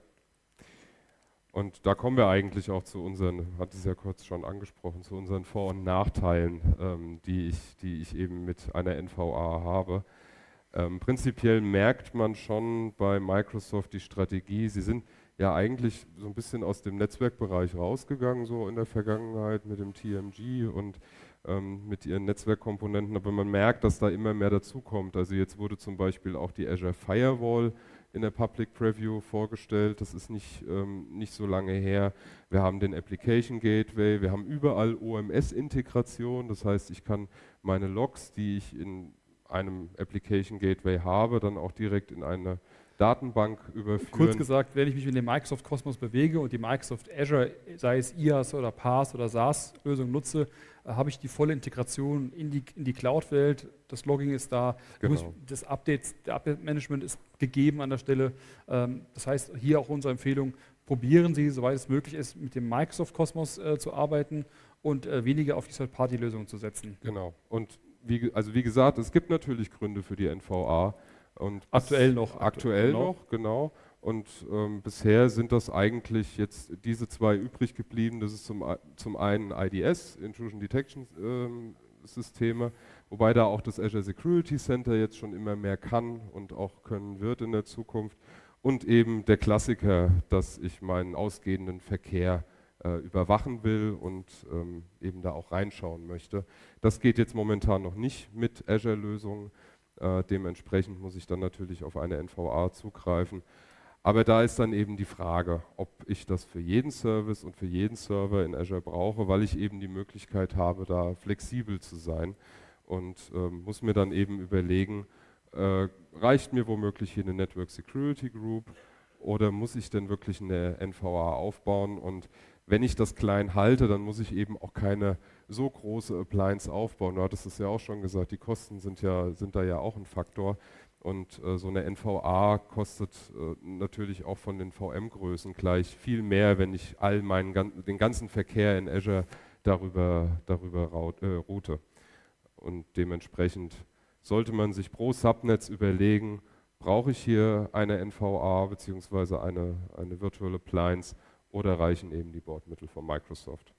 Und da kommen wir eigentlich auch zu unseren, hat es ja kurz schon angesprochen, zu unseren Vor- und Nachteilen, ähm, die, ich, die ich eben mit einer N V A habe. Ähm, prinzipiell merkt man schon bei Microsoft die Strategie, sie sind ja eigentlich so ein bisschen aus dem Netzwerkbereich rausgegangen, so in der Vergangenheit mit dem T M G und ähm, mit ihren Netzwerkkomponenten, aber man merkt, dass da immer mehr dazukommt. Also jetzt wurde zum Beispiel auch die Azure Firewall in der Public Preview vorgestellt, das ist nicht, ähm, nicht so lange her. Wir haben den Application Gateway, wir haben überall O M S-Integration, das heißt, ich kann meine Logs, die ich in einem Application Gateway habe, dann auch direkt in eine Datenbank überführen. Kurz gesagt, wenn ich mich in dem Microsoft-Kosmos bewege und die Microsoft Azure, sei es I A S oder PaaS oder SaaS-Lösung nutze, äh, habe ich die volle Integration in die, in die Cloud-Welt. Das Logging ist da, Genau. ich, das Updates, der Update-Management ist gegeben an der Stelle. Ähm, das heißt, hier auch unsere Empfehlung, probieren Sie, soweit es möglich ist, mit dem Microsoft-Kosmos äh, zu arbeiten und äh, weniger auf die Third-Party-Lösungen zu setzen. Genau. Und wie, also wie gesagt, es gibt natürlich Gründe für die N V A. Und Aktuell noch. Aktuell genau. noch, genau. Und ähm, bisher sind das eigentlich jetzt diese zwei übrig geblieben. Das ist zum, zum einen I D S, Intrusion Detection ähm, Systeme, wobei da auch das Azure Security Center jetzt schon immer mehr kann und auch können wird in der Zukunft. Und eben der Klassiker, dass ich meinen ausgehenden Verkehr äh, überwachen will und ähm, eben da auch reinschauen möchte. Das geht jetzt momentan noch nicht mit Azure-Lösungen. Äh, dementsprechend muss ich dann natürlich auf eine N V A zugreifen. Aber da ist dann eben die Frage, ob ich das für jeden Service und für jeden Server in Azure brauche, weil ich eben die Möglichkeit habe, da flexibel zu sein und ähm, muss mir dann eben überlegen, äh, reicht mir womöglich hier eine Network Security Group oder muss ich denn wirklich eine N V A aufbauen? Und wenn ich das klein halte, dann muss ich eben auch keine so große Appliance aufbauen. Du hattest es ja auch schon gesagt, die Kosten sind, ja, sind da ja auch ein Faktor. Und äh, so eine N V A kostet äh, natürlich auch von den V M-Größen gleich viel mehr, wenn ich all meinen, den ganzen Verkehr in Azure darüber, darüber raut, äh, route. Und dementsprechend sollte man sich pro Subnetz überlegen, brauche ich hier eine N V A bzw. eine, eine Virtual Appliance oder reichen eben die Bordmittel von Microsoft.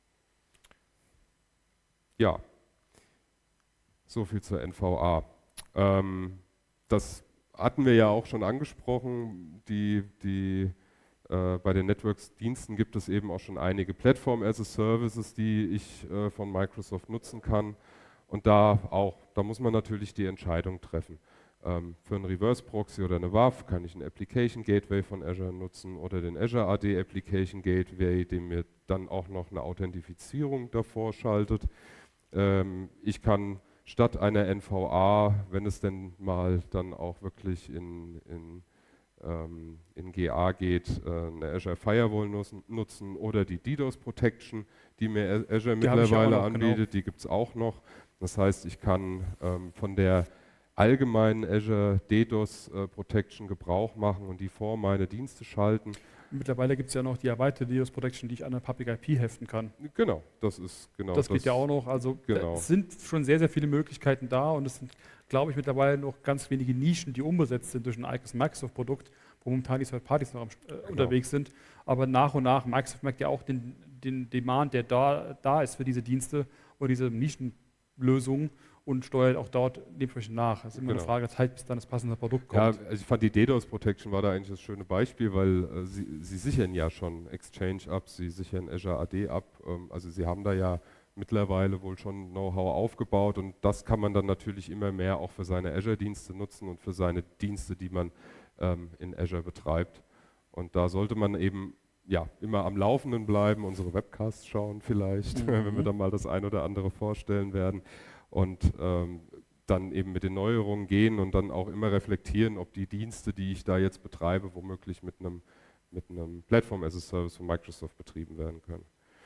Ja, so viel zur N V A. Ähm, das hatten wir ja auch schon angesprochen. Die, die, äh, bei den Networks-Diensten gibt es eben auch schon einige Platform-as-a-Services, die ich äh, von Microsoft nutzen kann. Und da auch, da muss man natürlich die Entscheidung treffen. Ähm, für einen Reverse Proxy oder eine W A F kann ich ein Application Gateway von Azure nutzen oder den Azure A D Application Gateway, der mir dann auch noch eine Authentifizierung davor schaltet. Ähm, ich kann statt einer N V A, wenn es denn mal dann auch wirklich in, in ähm, in G A geht, äh, eine Azure Firewall nutzen, nutzen oder die DDoS Protection, die mir Azure Die habe ich ja auch mittlerweile noch, genau. anbietet, die gibt es auch noch. Das heißt, ich kann ähm, von der allgemeinen Azure DDoS äh, Protection Gebrauch machen und die vor meine Dienste schalten. Mittlerweile gibt es ja noch die erweiterte DDoS Protection, die ich an eine Public I P heften kann. Genau, das ist genau Das geht ja auch noch. Also genau. es sind schon sehr, sehr viele Möglichkeiten da und es sind, glaube ich, mittlerweile noch ganz wenige Nischen, die umbesetzt sind durch ein eigenes Microsoft-Produkt, wo momentan die Third Parties noch am, äh, Genau. unterwegs sind. Aber nach und nach, Microsoft merkt ja auch den, den Demand, der da, da ist für diese Dienste oder diese Nischenlösungen und steuert auch dort dementsprechend nach. Das ist immer Genau. eine Frage der Zeit, bis dann das passende Produkt Ja, kommt. also ich fand die DDoS Protection war da eigentlich das schöne Beispiel, weil äh, sie, sie sichern ja schon Exchange ab, sie sichern Azure A D ab, ähm, also sie haben da ja mittlerweile wohl schon Know-how aufgebaut und das kann man dann natürlich immer mehr auch für seine Azure-Dienste nutzen und für seine Dienste, die man ähm, in Azure betreibt. Und da sollte man eben ja immer am Laufenden bleiben, unsere Webcasts schauen vielleicht, Mhm. wenn wir dann mal das ein oder andere vorstellen werden. Und ähm, dann eben mit den Neuerungen gehen und dann auch immer reflektieren, ob die Dienste, die ich da jetzt betreibe, womöglich mit einem, mit einem Platform as a Service von Microsoft betrieben werden können.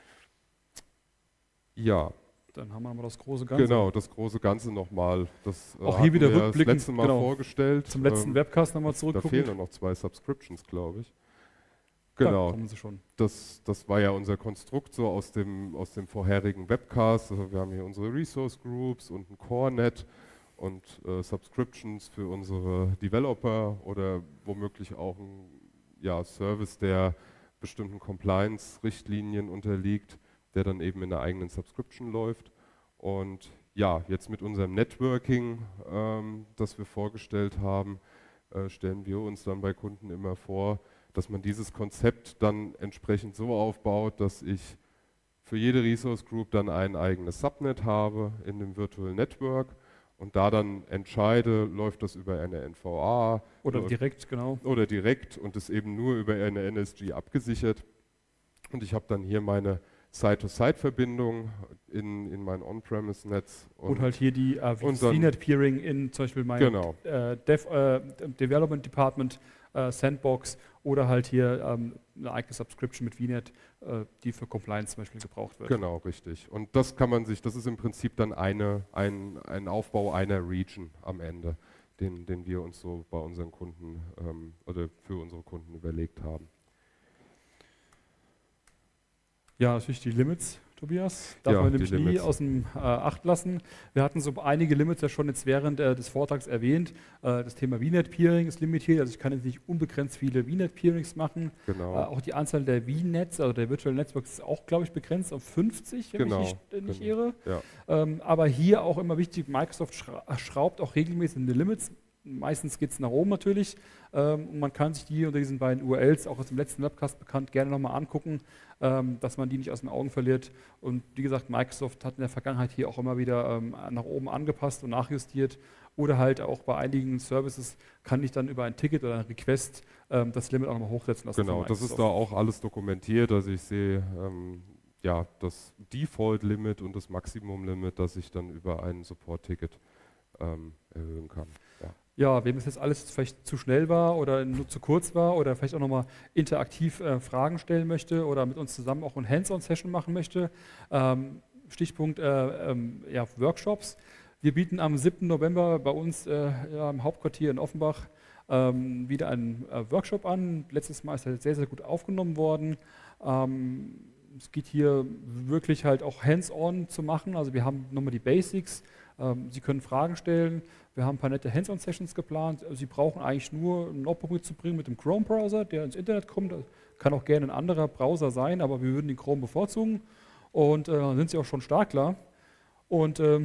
Ja. Dann haben wir nochmal das große Ganze. Genau, das große Ganze nochmal. Das äh, Auch hier wieder hatten wir rückblickend, das letzte Mal genau, vorgestellt. Zum letzten Ähm, Webcast nochmal Da zurückgucken. fehlen nur noch zwei Subscriptions, glaube ich. Da Genau. kommen sie schon. Das, das war ja unser Konstrukt so aus dem, aus dem vorherigen Webcast. Also wir haben hier unsere Resource Groups und ein CoreNet und äh, Subscriptions für unsere Developer oder womöglich auch ein ja, Service, der bestimmten Compliance-Richtlinien unterliegt, der dann eben in der eigenen Subscription läuft. Und ja, jetzt mit unserem Networking, ähm, das wir vorgestellt haben, äh, stellen wir uns dann bei Kunden immer vor, dass man dieses Konzept dann entsprechend so aufbaut, dass ich für jede Resource Group dann ein eigenes Subnet habe in dem Virtual Network und da dann entscheide, läuft das über eine N V A Oder direkt, genau. oder direkt und ist eben nur über eine N S G abgesichert. Und ich habe dann hier meine Side-to-Side-Verbindung in, in mein On-Premise-Netz. Und, und halt hier die äh, und V NET Peering in zum Beispiel mein genau. äh, Dev, äh, Development Department, äh, Sandbox oder halt hier ähm, eine eigene Subscription mit V NET, äh, die für Compliance zum Beispiel gebraucht wird. Genau, richtig. Und das kann man sich, das ist im Prinzip dann eine, ein, ein Aufbau einer Region am Ende, den, den wir uns so bei unseren Kunden ähm, oder für unsere Kunden überlegt haben. Ja, natürlich die Limits, Tobias. Darf Ja, man die nämlich nie Limits. aus dem äh, Acht lassen. Wir hatten so einige Limits ja schon jetzt während äh, des Vortrags erwähnt. Äh, das Thema V NET Peering ist limitiert, also ich kann jetzt nicht unbegrenzt viele V NET Peerings machen. Genau. Äh, auch die Anzahl der V NETs, also der Virtual Networks, ist auch, glaube ich, begrenzt auf fünfzig, wenn Genau, ich mich nicht, nicht genau. irre. Ja. Ähm, aber hier auch immer wichtig, Microsoft schra schraubt auch regelmäßig in die Limits. Meistens geht es nach oben natürlich. Ähm, und man kann sich die unter diesen beiden U R Ls, auch aus dem letzten Webcast bekannt, gerne nochmal angucken, ähm, dass man die nicht aus den Augen verliert. Und wie gesagt, Microsoft hat in der Vergangenheit hier auch immer wieder ähm, nach oben angepasst und nachjustiert. Oder halt auch bei einigen Services kann ich dann über ein Ticket oder ein Request ähm, das Limit auch nochmal hochsetzen lassen. Genau, das ist da auch alles dokumentiert. Also ich sehe ähm, ja, das Default-Limit und das Maximum-Limit, das ich dann über ein Support-Ticket ähm, erhöhen kann. Ja. Ja, wem es jetzt alles vielleicht zu schnell war oder nur zu kurz war oder vielleicht auch nochmal interaktiv äh, Fragen stellen möchte oder mit uns zusammen auch eine Hands-on-Session machen möchte, ähm, Stichpunkt äh, ähm, ja, Workshops. Wir bieten am siebten November bei uns äh, ja, im Hauptquartier in Offenbach ähm, wieder einen äh, Workshop an. Letztes Mal ist er sehr, sehr gut aufgenommen worden. Ähm, es geht hier wirklich halt auch hands-on zu machen. Also wir haben nochmal die Basics. Ähm, Sie können Fragen stellen. Wir haben ein paar nette Hands-on-Sessions geplant. Sie brauchen eigentlich nur ein Notebook mitzubringen mit dem Chrome-Browser, der ins Internet kommt. Das kann auch gerne ein anderer Browser sein, aber wir würden den Chrome bevorzugen. Und äh, dann sind Sie auch schon startklar. Und ähm,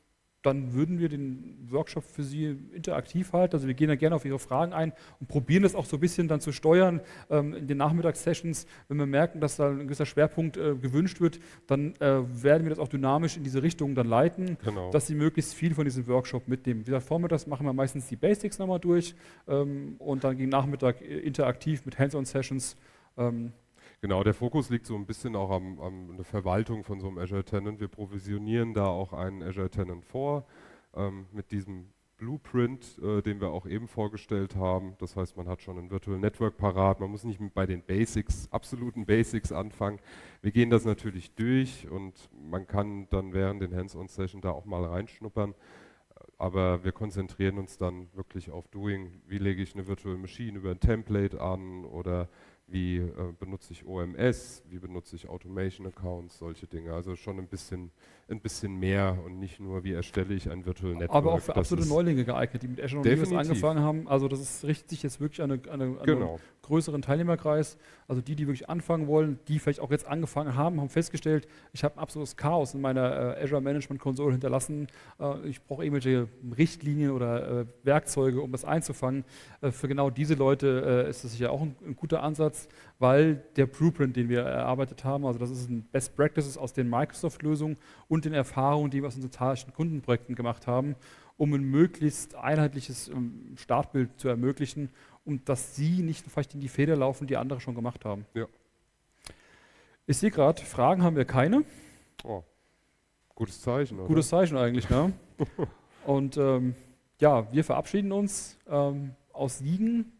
dann würden wir den Workshop für Sie interaktiv halten. Also wir gehen da gerne auf Ihre Fragen ein und probieren das auch so ein bisschen dann zu steuern ähm, in den Nachmittagssessions. Wenn wir merken, dass da ein gewisser Schwerpunkt äh, gewünscht wird, dann äh, werden wir das auch dynamisch in diese Richtung dann leiten, Genau. dass Sie möglichst viel von diesem Workshop mitnehmen. Wie gesagt, vormittags machen wir meistens die Basics nochmal durch ähm, und dann gegen Nachmittag äh, interaktiv mit Hands-on-Sessions. Ähm, Genau, der Fokus liegt so ein bisschen auch am, am der Verwaltung von so einem Azure Tenant. Wir provisionieren da auch einen Azure Tenant vor, ähm, mit diesem Blueprint, äh, den wir auch eben vorgestellt haben. Das heißt, man hat schon ein Virtual Network parat, man muss nicht mit bei den Basics, absoluten Basics anfangen. Wir gehen das natürlich durch und man kann dann während den Hands-on-Session da auch mal reinschnuppern. Aber wir konzentrieren uns dann wirklich auf Doing. Wie lege ich eine Virtual Machine über ein Template an oder wie äh, benutze ich O M S, wie benutze ich Automation Accounts, solche Dinge. Also schon ein bisschen, ein bisschen mehr und nicht nur, wie erstelle ich ein Virtual Network. Aber auch für das absolute Neulinge geeignet, die mit Azure noch nie was angefangen haben. Also das ist, richtet sich jetzt wirklich an, eine, an, eine, an genau. einen größeren Teilnehmerkreis. Also die, die wirklich anfangen wollen, die vielleicht auch jetzt angefangen haben, haben festgestellt, ich habe ein absolutes Chaos in meiner äh, Azure Management Console hinterlassen. Äh, ich brauche irgendwelche Richtlinien oder äh, Werkzeuge, um das einzufangen. Äh, für genau diese Leute äh, ist das sicher auch ein, ein guter Ansatz, weil der Blueprint, den wir erarbeitet haben, also das ist ein Best Practices aus den Microsoft-Lösungen und den Erfahrungen, die wir aus unseren zahlreichen Kundenprojekten gemacht haben, um ein möglichst einheitliches um, Startbild zu ermöglichen, um dass Sie nicht vielleicht in die Feder laufen, die andere schon gemacht haben. Ja. Ich sehe gerade, Fragen haben wir keine. Oh, gutes Zeichen, oder? Gutes Zeichen eigentlich, ne? Und ähm, ja, wir verabschieden uns ähm, aus Siegen